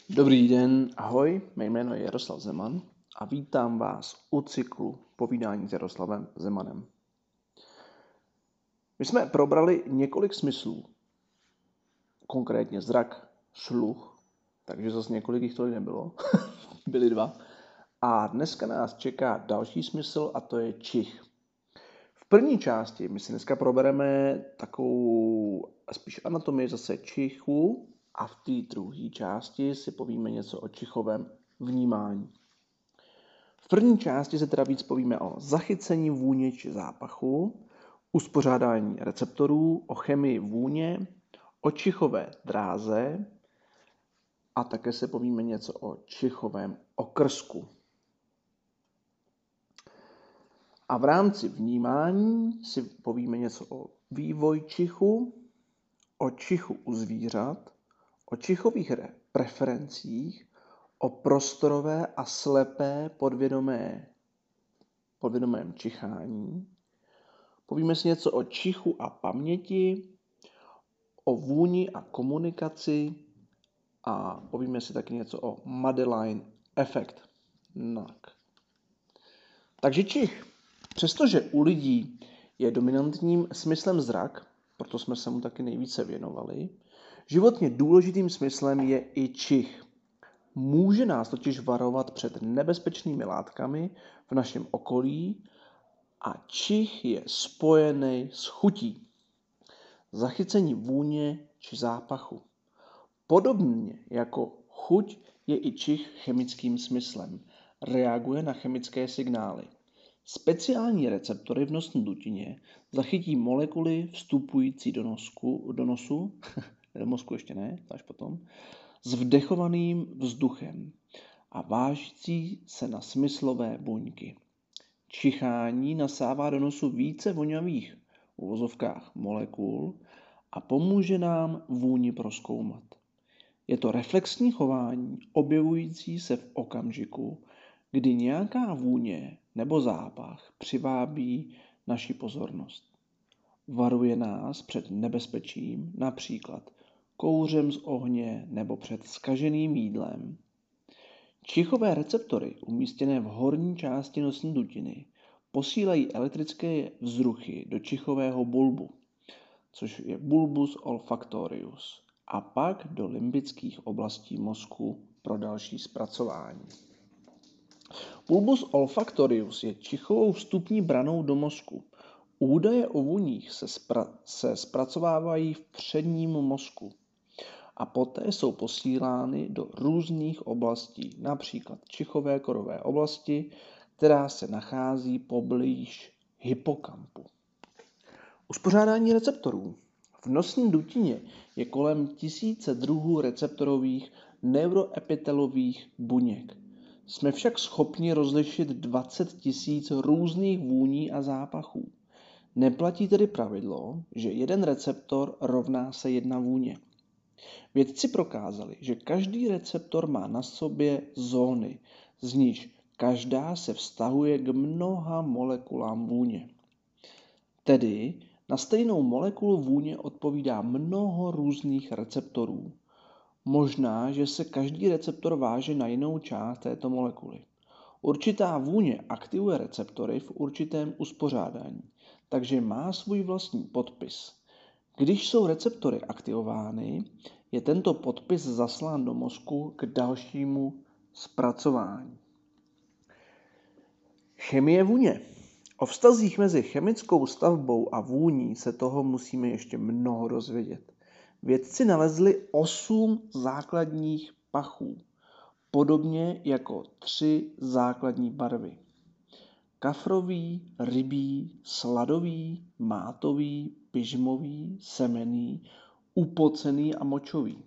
Dobrý den, ahoj, mé jméno je Jaroslav Zeman a vítám vás u cyklu Povídání s Jaroslavem Zemanem. My jsme probrali několik smyslů, konkrétně zrak, sluch, takže zase několik jich tolik nebylo, byly 2. A dneska nás čeká další smysl a to je čich. V první části my si dneska probereme takovou spíš anatomii zase čichu a v té druhé části si povíme něco o čichovém vnímání. V první části se teda víc povíme o zachycení vůně či zápachu, uspořádání receptorů, o chemii vůně, o čichové dráze a také se povíme něco o čichovém okrsku. A v rámci vnímání si povíme něco o vývoji čichu, o čichu u zvířat, o čichových preferencích, o prostorové a slepé podvědomém čichání. Povíme si něco o čichu a paměti, o vůni a komunikaci a povíme si taky něco o Madeline efekt. Takže čich. Přestože u lidí je dominantním smyslem zrak, proto jsme se mu taky nejvíce věnovali, životně důležitým smyslem je i čich. Může nás totiž varovat před nebezpečnými látkami v našem okolí a čich je spojený s chutí. Zachycení vůně či zápachu. Podobně jako chuť je i čich chemickým smyslem. Reaguje na chemické signály. Speciální receptory v nosní dutině zachytí molekuly vstupující do mozku ještě ne, až potom, s vdechovaným vzduchem a vážící se na smyslové buňky. Čichání nasává do nosu více vonavých v uvozovkách molekul a pomůže nám vůni prozkoumat. Je to reflexní chování objevující se v okamžiku, kdy nějaká vůně nebo zápach přivábí naši pozornost. Varuje nás před nebezpečím, například kouřem z ohně nebo před zkaženým jídlem. Čichové receptory umístěné v horní části nosní dutiny posílají elektrické vzruchy do čichového bulbu, což je bulbus olfactorius, a pak do limbických oblastí mozku pro další zpracování. Bulbus olfactorius je čichovou vstupní branou do mozku. Údaje o vůních se zpracovávají v předním mozku a poté jsou posílány do různých oblastí, například čichové korové oblasti, která se nachází poblíž hypokampu. Uspořádání receptorů. V nosní dutině je kolem 1000 druhů receptorových neuroepitelových buněk. Jsme však schopni rozlišit 20 000 různých vůní a zápachů. Neplatí tedy pravidlo, že jeden receptor rovná se jedna vůně. Vědci prokázali, že každý receptor má na sobě zóny, z níž každá se vztahuje k mnoha molekulám vůně. Tedy na stejnou molekulu vůně odpovídá mnoho různých receptorů. Možná, že se každý receptor váže na jinou část této molekuly. Určitá vůně aktivuje receptory v určitém uspořádání, takže má svůj vlastní podpis. Když jsou receptory aktivovány, je tento podpis zaslán do mozku k dalšímu zpracování. Chemie vůně. O vztazích mezi chemickou stavbou a vůní se toho musíme ještě mnoho dozvědět. Vědci nalezli 8 základních pachů, podobně jako 3 základní barvy. Kafrový, rybí, sladový, mátový, pyžmový, semenný, upocený a močový.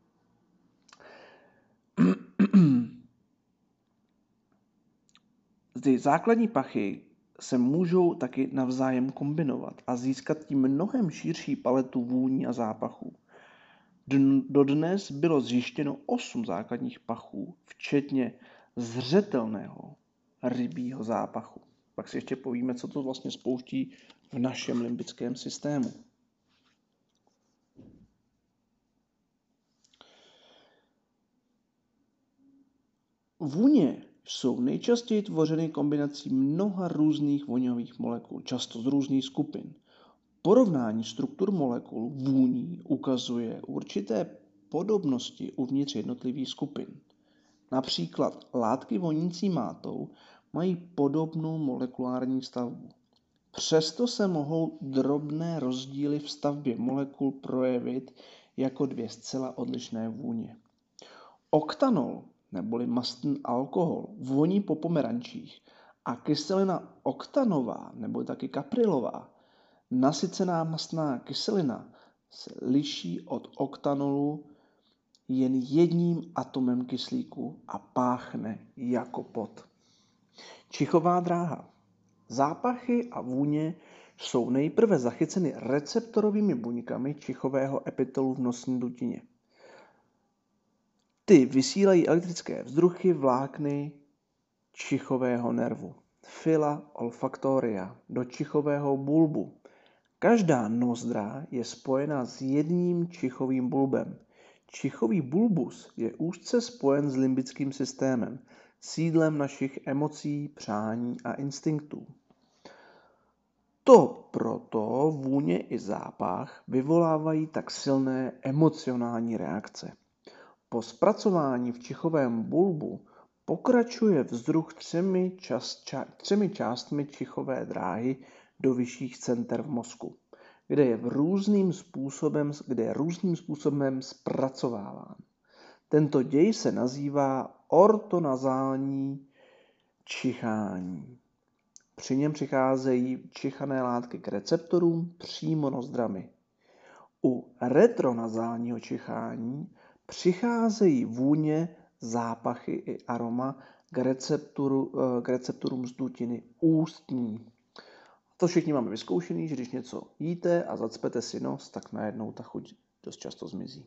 Ty základní pachy se můžou taky navzájem kombinovat a získat tím mnohem širší paletu vůní a zápachů. Dodnes bylo zjištěno 8 základních pachů, včetně zřetelného rybího zápachu. Pak si ještě povíme, co to vlastně spouští v našem limbickém systému. Vůně jsou nejčastěji tvořeny kombinací mnoha různých voňavých molekul, často z různých skupin. Porovnání struktur molekul vůní ukazuje určité podobnosti uvnitř jednotlivých skupin. Například látky vonící mátou mají podobnou molekulární stavbu. Přesto se mohou drobné rozdíly v stavbě molekul projevit jako dvě zcela odlišné vůně. Oktanol, neboli mastný alkohol, voní po pomerančích a kyselina oktanová, nebo taky kaprilová, nasycená mastná kyselina, se liší od oktanolu jen jedním atomem kyslíku a páchne jako pot. Čichová dráha. Zápachy a vůně jsou nejprve zachyceny receptorovými buňkami čichového epitelu v nosní dutině. Ty vysílají elektrické vzruchy vlákny čichového nervu, fila olfactoria, do čichového bulbu. Každá nozdra je spojena s jedním čichovým bulbem. Čichový bulbus je úzce spojen s limbickým systémem, sídlem našich emocí, přání a instinktů. To proto vůně i zápach vyvolávají tak silné emocionální reakce. Po zpracování v čichovém bulbu pokračuje vzruch třemi částmi čichové dráhy do vyšších center v mozku, kde je různým způsobem zpracováván. Tento děj se nazývá ortonazální čichání. Při něm přicházejí čichané látky k receptorům přímo nozdrami. U retronazálního čichání přicházejí vůně, zápachy i aroma k receptorům z dutiny ústní. To všichni máme vyzkoušený, že když něco jíte a zacpete si nos, tak najednou ta chuť dost často zmizí.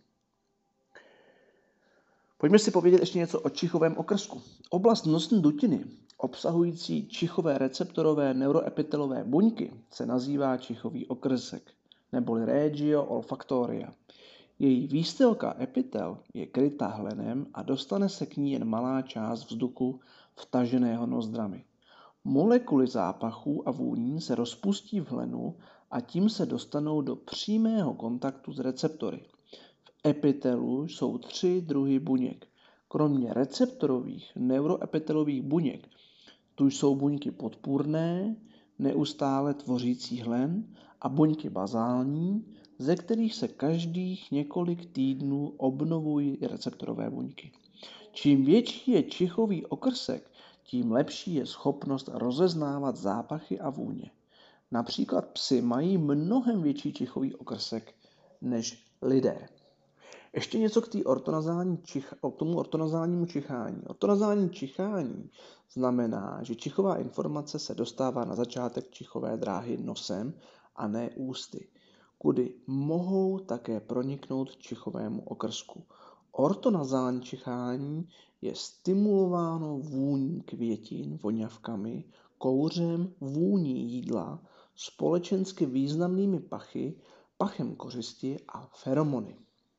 Pojďme si povědět ještě něco o čichovém okrsku. Oblast nosní dutiny, obsahující čichové receptorové neuroepitelové buňky, se nazývá čichový okrsek, neboli regio olfactoria. Její výstylka epitel je kryta hlenem a dostane se k ní jen malá část vzduchu vtaženého nozdrami. Molekuly zápachů a vůní se rozpustí v hlenu a tím se dostanou do přímého kontaktu s receptory. V epitelu jsou 3 druhy buněk. Kromě receptorových neuroepitelových buněk, tu jsou buňky podpůrné, neustále tvořící hlen a buňky bazální, ze kterých se každých několik týdnů obnovují receptorové buňky. Čím větší je čichový okrsek, tím lepší je schopnost rozeznávat zápachy a vůně. Například psi mají mnohem větší čichový okrsek než lidé. Ještě něco k tomu ortonazálnímu čichání. Ortonazální čichání znamená, že čichová informace se dostává na začátek čichové dráhy nosem a ne ústy, kudy mohou také proniknout čichovému okrsku. Ortonazální čichání je stimulováno vůní květin, voňavkami, kouřem, vůní jídla, společensky významnými pachy, pachem kořisti a feromony.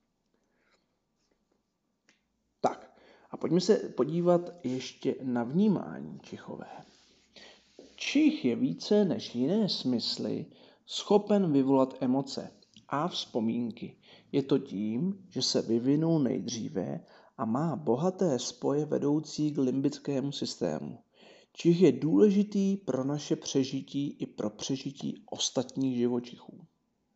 Tak, a pojďme se podívat ještě na vnímání čichové. Čich je více než jiné smysly schopen vyvolat emoce a vzpomínky. Je to tím, že se vyvinul nejdříve a má bohaté spoje vedoucí k limbickému systému. Čich je důležitý pro naše přežití i pro přežití ostatních živočichů.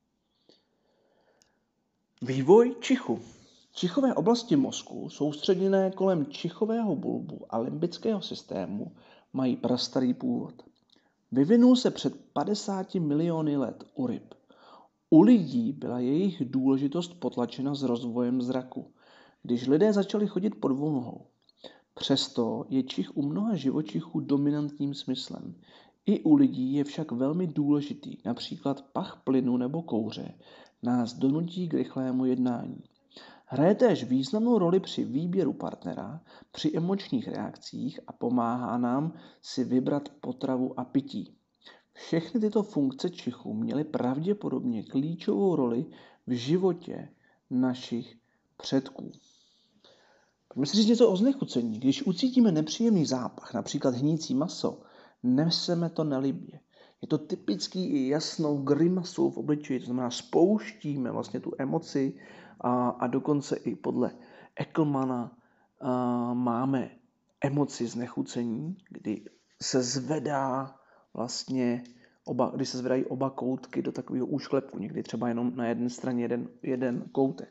Vývoj čichu. Čichové oblasti mozku, soustředěné kolem čichového bulbu a limbického systému, mají prastarý původ. Vyvinul se před 50 miliony let u ryb. U lidí byla jejich důležitost potlačena s rozvojem zraku, když lidé začali chodit po dvou nohou. Přesto je čich u mnoha živočichů dominantním smyslem. I u lidí je však velmi důležitý, například pach plynu nebo kouře nás donutí k rychlému jednání. Hraje též významnou roli při výběru partnera, při emočních reakcích a pomáhá nám si vybrat potravu a pití. Všechny tyto funkce čichu měly pravděpodobně klíčovou roli v životě našich předků. Pojďme si říct něco o znechucení. Když ucítíme nepříjemný zápach, například hnící maso, neseme to nelibě. Je to typický i jasnou grimasou v obličeji, to znamená spouštíme vlastně tu emoci a dokonce i podle Ecclesmana máme emoci znechucení, kdy se zvedá vlastně když se zvedají oba koutky do takového úšklepku, někdy třeba jenom na jedné straně jeden koutek.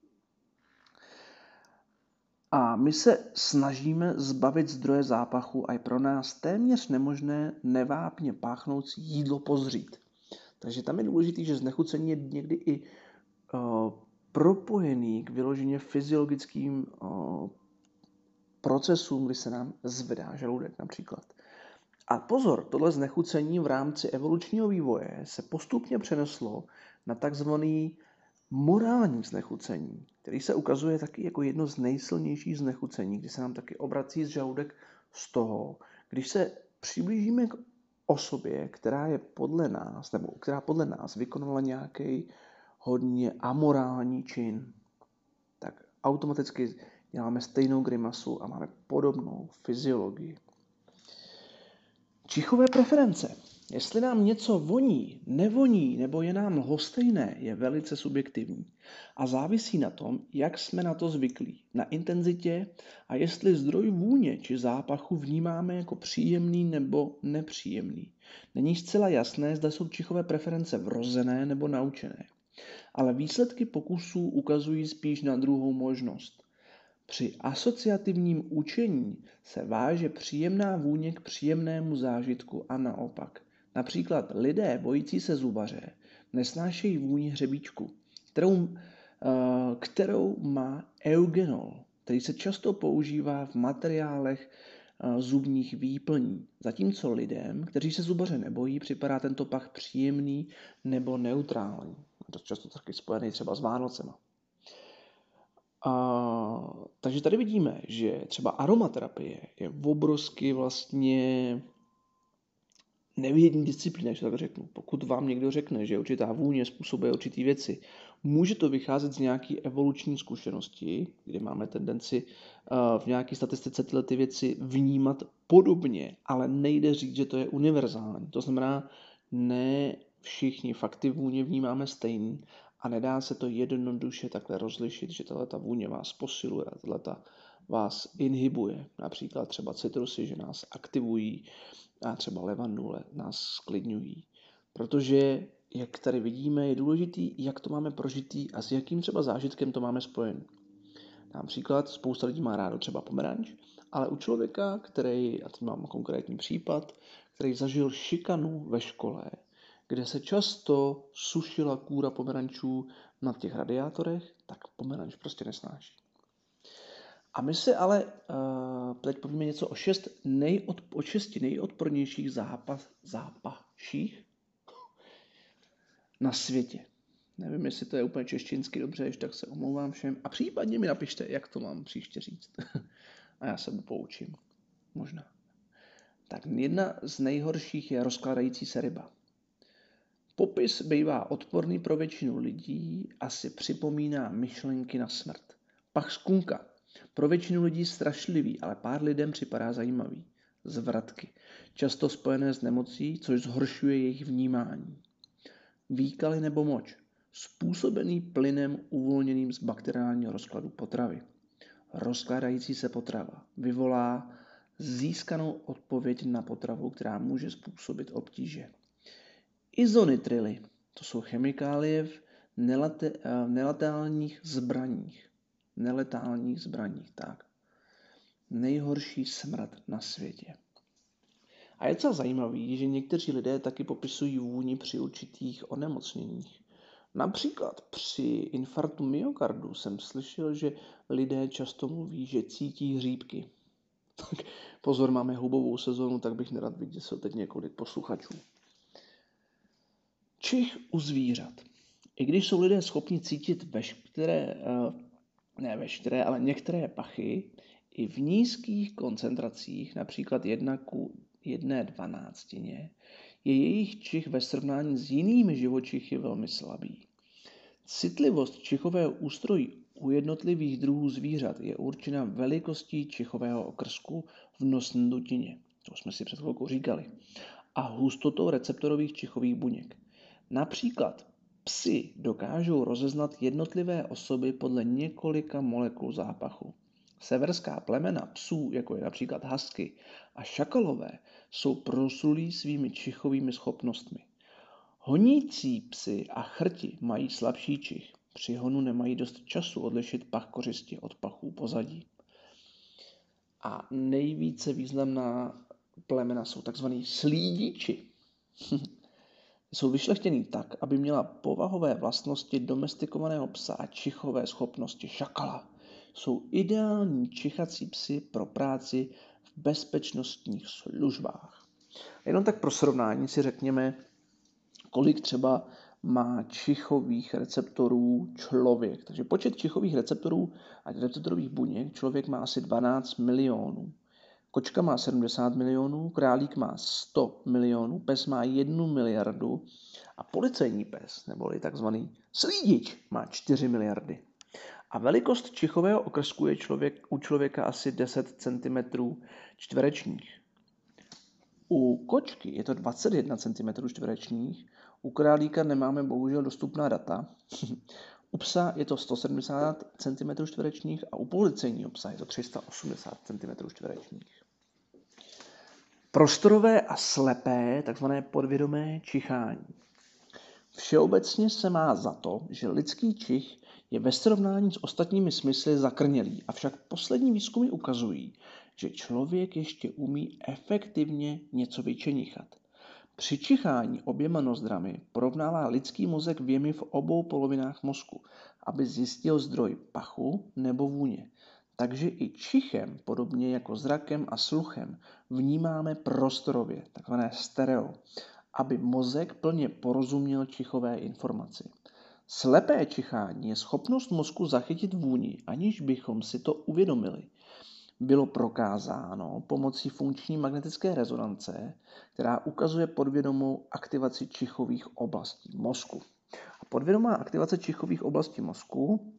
A my se snažíme zbavit zdroje zápachu a je pro nás téměř nemožné nevápně páchnoucí jídlo pozřít. Takže tam je důležité, že znechucení je někdy i propojený k vyloženě fyziologickým procesům, kdy se nám zvedá žaludek například. A pozor, tohle znechucení v rámci evolučního vývoje se postupně přeneslo na takzvaný morální znechucení, který se ukazuje taky jako jedno z nejsilnějších znechucení, kdy se nám taky obrací z žaludek z toho, když se přiblížíme k osobě, která je podle nás, nebo která podle nás vykonala nějaký hodně amorální čin, tak automaticky děláme stejnou grimasu a máme podobnou fyziologii. Čichové preference. Jestli nám něco voní, nevoní nebo je nám lhostejné, je velice subjektivní a závisí na tom, jak jsme na to zvyklí, na intenzitě a jestli zdroj vůně či zápachu vnímáme jako příjemný nebo nepříjemný. Není zcela jasné, zda jsou čichové preference vrozené nebo naučené, ale výsledky pokusů ukazují spíš na druhou možnost. Při asociativním učení se váže příjemná vůně k příjemnému zážitku a naopak. Například lidé bojící se zubaře nesnášejí vůni hřebíčku, kterou má eugenol, který se často používá v materiálech zubních výplní. Zatímco lidem, kteří se zubaře nebojí, připadá tento pach příjemný nebo neutrální. To je často taky spojený třeba s Vánocema. Takže tady vidíme, že třeba aromaterapie je obrovsky vlastně nevědní disciplína, že tak řeknu. Pokud vám někdo řekne, že určitá vůně způsobuje určitý věci, může to vycházet z nějaké evoluční zkušenosti, kde máme tendenci v nějaké statistice tyhle ty věci vnímat podobně, ale nejde říct, že to je univerzální. To znamená, ne všichni fakty vůně vnímáme stejný a nedá se to jednoduše takhle rozlišit, že tato vůně vás posiluje a tato vás inhibuje. Například třeba citrusy, že nás aktivují, a třeba levandule nás sklidňují. Protože, jak tady vidíme, je důležitý, jak to máme prožitý a s jakým třeba zážitkem to máme spojený. Například spousta lidí má rádo třeba pomeranč, ale u člověka, který, a teď mám konkrétní případ, který zažil šikanu ve škole, kde se často sušila kůra pomerančů na těch radiátorech, tak pomeranč prostě nesnáší. A my se ale teď povíme něco o šesti nejodpornějších zápachích na světě. Nevím, jestli to je úplně češtinsky dobře, ještě tak se omlouvám všem. A případně mi napište, jak to mám příště říct. A já se poučím. Možná. Tak jedna z nejhorších je rozkládající se ryba. Popis bývá odporný pro většinu lidí, asi připomíná myšlenky na smrt. Pach skunka. Pro většinu lidí strašlivý, ale pár lidem připadá zajímavý. Zvratky. Často spojené s nemocí, což zhoršuje jejich vnímání. Výkaly nebo moč. Způsobený plynem uvolněným z bakteriálního rozkladu potravy. Rozkládající se potrava vyvolá získanou odpověď na potravu, která může způsobit obtíže. Izonitrily. To jsou chemikálie v neletálních zbraních. Tak. Nejhorší smrad na světě. A je docela zajímavý, že někteří lidé taky popisují vůni při určitých onemocněních. Například při infarktu myokardu jsem slyšel, že lidé často mluví, že cítí hříbky. Tak pozor, máme hubovou sezónu, tak bych nerad vyděsil teď několik posluchačů. Čich u zvířat. I když jsou lidé schopni cítit ale některé pachy, i v nízkých koncentracích, například 1:12, je jejich čich ve srovnání s jinými živočichy velmi slabý. Citlivost čichového ústrojí u jednotlivých druhů zvířat je určena velikostí čichového okrsku v nosní dutině, to jsme si před chvilkou říkali, a hustotou receptorových čichových buněk. Například psi dokážou rozeznat jednotlivé osoby podle několika molekul zápachu. Severská plemena psů, jako je například husky a šakalové, jsou proslulí svými čichovými schopnostmi. Honící psy a chrti mají slabší čich. Při honu nemají dost času odlišit pach kořisti od pachů pozadí. A nejvíce významná plemena jsou tzv. Slídiči. Jsou vyšlechtěný tak, aby měla povahové vlastnosti domestikovaného psa a čichové schopnosti šakala. Jsou ideální čichací psy pro práci v bezpečnostních službách. Jenom tak pro srovnání si řekněme, kolik třeba má čichových receptorů člověk. Takže počet čichových receptorů a receptorových buněk člověk má asi 12 milionů. Kočka má 70 milionů, králík má 100 milionů, pes má 1 miliardu a policejní pes, neboli takzvaný slídič, má 4 miliardy. A velikost čichového okrsku je u člověka asi 10 cm čtverečních. U kočky je to 21 cm čtverečních, u králíka nemáme bohužel dostupná data. U psa je to 170 cm čtverečních a u policejního psa je to 380 cm čtverečních. Prostorové a slepé, takzvané podvědomé čichání. Všeobecně se má za to, že lidský čich je ve srovnání s ostatními smysly zakrnělý, avšak poslední výzkumy ukazují, že člověk ještě umí efektivně něco vyčenichat. Při čichání oběma nozdrami porovnává lidský mozek věmy v obou polovinách mozku, aby zjistil zdroj pachu nebo vůně. Takže i čichem, podobně jako zrakem a sluchem, vnímáme prostorově, takzvané stereo, aby mozek plně porozuměl čichové informaci. Slepé čichání je schopnost mozku zachytit vůni, aniž bychom si to uvědomili. Bylo prokázáno pomocí funkční magnetické rezonance, která ukazuje podvědomou aktivaci čichových oblastí mozku. A podvědomá aktivace čichových oblastí mozku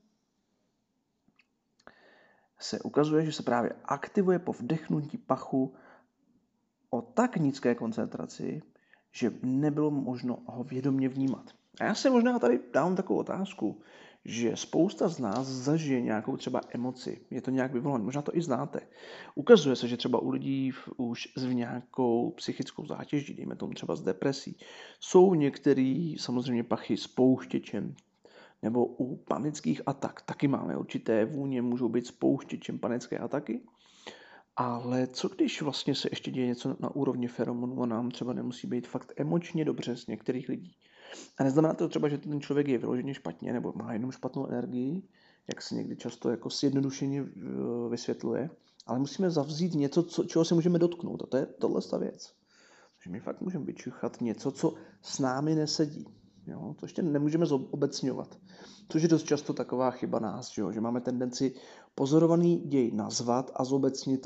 se ukazuje, že se právě aktivuje po vdechnutí pachu o tak nízké koncentraci, že nebylo možno ho vědomě vnímat. A já se možná tady dám takovou otázku, že spousta z nás zažije nějakou třeba emoci, je to nějak vyvolané, možná to i znáte. Ukazuje se, že třeba u lidí už s nějakou psychickou zátěží, dejme tomu třeba s depresí, jsou některý samozřejmě pachy s pouštěčem, nebo u panických atak taky máme určité vůně, můžou být spouštěčem panické ataky. Ale co když vlastně se ještě děje něco na úrovni feromonů a nám třeba nemusí být fakt emočně dobře z některých lidí. A neznamená to třeba, že ten člověk je vyloženě špatně nebo má jenom špatnou energii, jak se někdy často jako zjednodušeně vysvětluje, ale musíme zavzít něco, čeho se můžeme dotknout. A to je tohle věc. Že my fakt můžeme vyčuchat něco, co s námi nesedí. Jo? To ještě nemůžeme zobecňovat. Což je dost často taková chyba nás, že máme tendenci pozorovaný děj nazvat a zobecnit,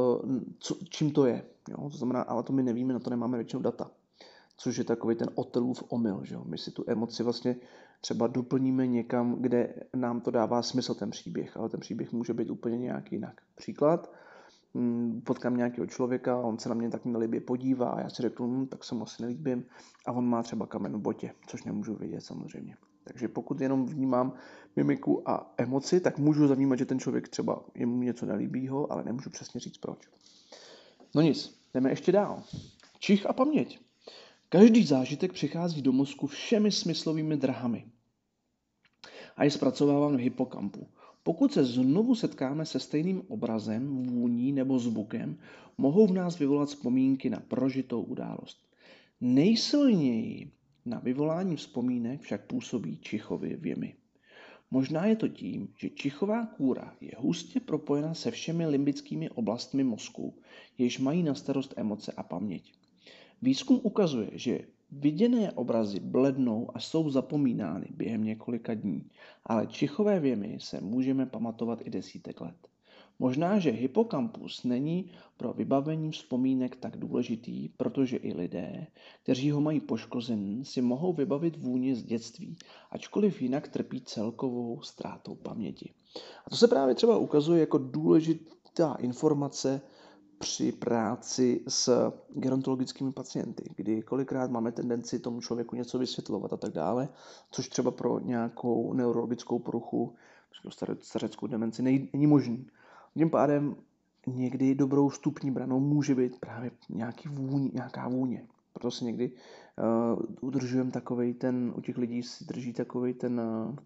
čím to je. Jo? To znamená, ale to my nevíme, na to nemáme většinou data. Což je takový ten Otellův omyl. Že? My si tu emoci vlastně třeba doplníme někam, kde nám to dává smysl ten příběh, ale ten příběh může být úplně nějak jinak. Příklad, potkám nějakého člověka, on se na mě tak nelibě podívá a já si řeknu, tak se mu asi nelíbím a on má třeba kamen v botě, což nemůžu vědět samozřejmě. Takže pokud jenom vnímám mimiku a emoci, tak můžu zavnímat, že ten člověk třeba jemu něco nelíbího, ale nemůžu přesně říct proč. No nic, jdeme ještě dál. Čich a paměť. Každý zážitek přichází do mozku všemi smyslovými drahami a je zpracováván v hypokampu. Pokud se znovu setkáme se stejným obrazem, vůní nebo zvukem, mohou v nás vyvolat vzpomínky na prožitou událost. Nejsilněji na vyvolání vzpomínek však působí čichovy věmy. Možná je to tím, že čichová kůra je hustě propojena se všemi limbickými oblastmi mozku, jež mají na starost emoce a paměť. Výzkum ukazuje, že viděné obrazy blednou a jsou zapomínány během několika dní, ale čichové věmy se můžeme pamatovat i desítek let. Možná, že hypokampus není pro vybavení vzpomínek tak důležitý, protože i lidé, kteří ho mají poškozený, si mohou vybavit vůni z dětství, ačkoliv jinak trpí celkovou ztrátou paměti. A to se právě třeba ukazuje jako důležitá informace při práci s gerontologickými pacienty, kdy kolikrát máme tendenci tomu člověku něco vysvětlovat a tak dále, což třeba pro nějakou neurologickou poruchu, stařeckou demenci není možný. Tím pádem někdy dobrou vstupní branou může být právě nějaká vůně. Proto si někdy udržujeme takovej ten, u těch lidí si drží takovej ten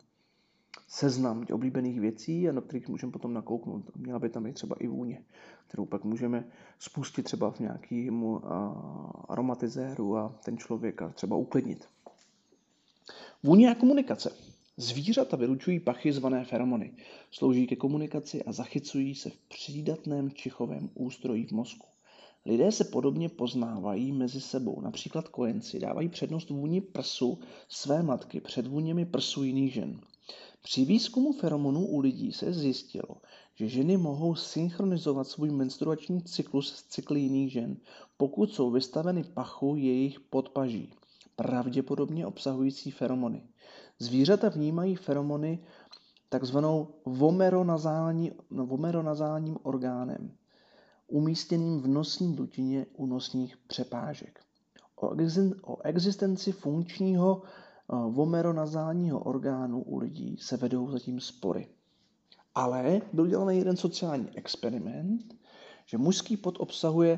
seznam těch oblíbených věcí, a na kterých můžeme potom nakouknout. Měla by tam i třeba i vůně, kterou pak můžeme spustit třeba v nějakém aromatizéru a ten člověka třeba uklidnit. Vůně a komunikace. Zvířata vylučují pachy zvané feromony. Slouží ke komunikaci a zachycují se v přídatném čichovém ústrojí v mozku. Lidé se podobně poznávají mezi sebou. Například kojenci dávají přednost vůni prsu své matky před vůněmi prsu jiných žen. Při výzkumu feromonů u lidí se zjistilo, že ženy mohou synchronizovat svůj menstruační cyklus s cykly jiných žen, pokud jsou vystaveny pachu jejich podpaží, pravděpodobně obsahující feromony. Zvířata vnímají feromony takzvanou vomeronazálním orgánem, umístěným v nosní dutině u nosních přepážek. O existenci funkčního vomeronazálního orgánu u lidí se vedou zatím spory. Ale byl dělaný jeden sociální experiment, že mužský pot obsahuje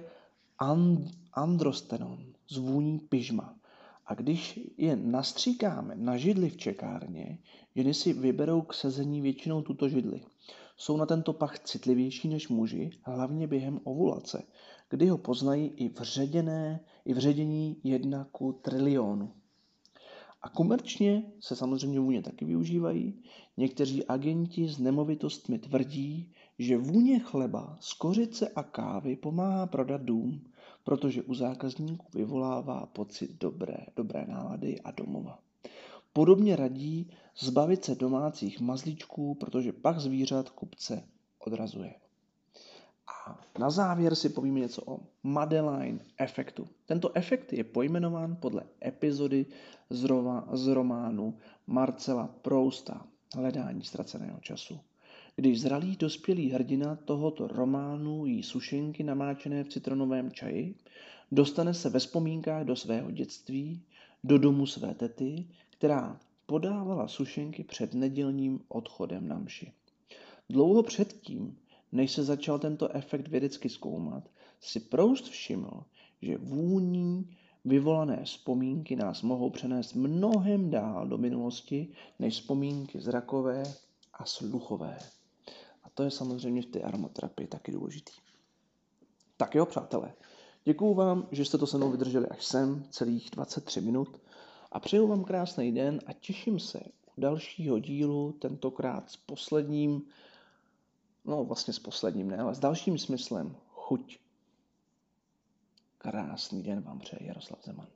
androstenon z vůní pyžma. A když je nastříkáme na židli v čekárně, ženy si vyberou k sezení většinou tuto židli. Jsou na tento pach citlivější než muži, hlavně během ovulace, kdy ho poznají i v ředění 1:1 000 000. A komerčně se samozřejmě vůně taky využívají. Někteří agenti s nemovitostmi tvrdí, že vůně chleba, skořice a kávy pomáhá prodat dům, protože u zákazníků vyvolává pocit dobré nálady a domova. Podobně radí zbavit se domácích mazlíčků, protože pach zvířat kupce odrazuje. A na závěr si povíme něco o Madeline efektu. Tento efekt je pojmenován podle epizody z románu Marcela Prousta Hledání ztraceného času. Když zralý dospělý hrdina tohoto románu jí sušenky namáčené v citronovém čaji, dostane se ve vzpomínkách do svého dětství, do domu své tety, která podávala sušenky před nedělním odchodem na mši. Dlouho předtím, než se začal tento efekt vědecky zkoumat, si Proust všiml, že vůní vyvolané vzpomínky nás mohou přenést mnohem dál do minulosti, než vzpomínky zrakové a sluchové. A to je samozřejmě v té aromaterapii taky důležitý. Tak jo, přátelé, děkuju vám, že jste to se mnou vydrželi až sem, celých 23 minut, a přeju vám krásný den a těším se u dalšího dílu, tentokrát s posledním, ale s dalším smyslem chuť. Krásný den vám přeje Jaroslav Zeman.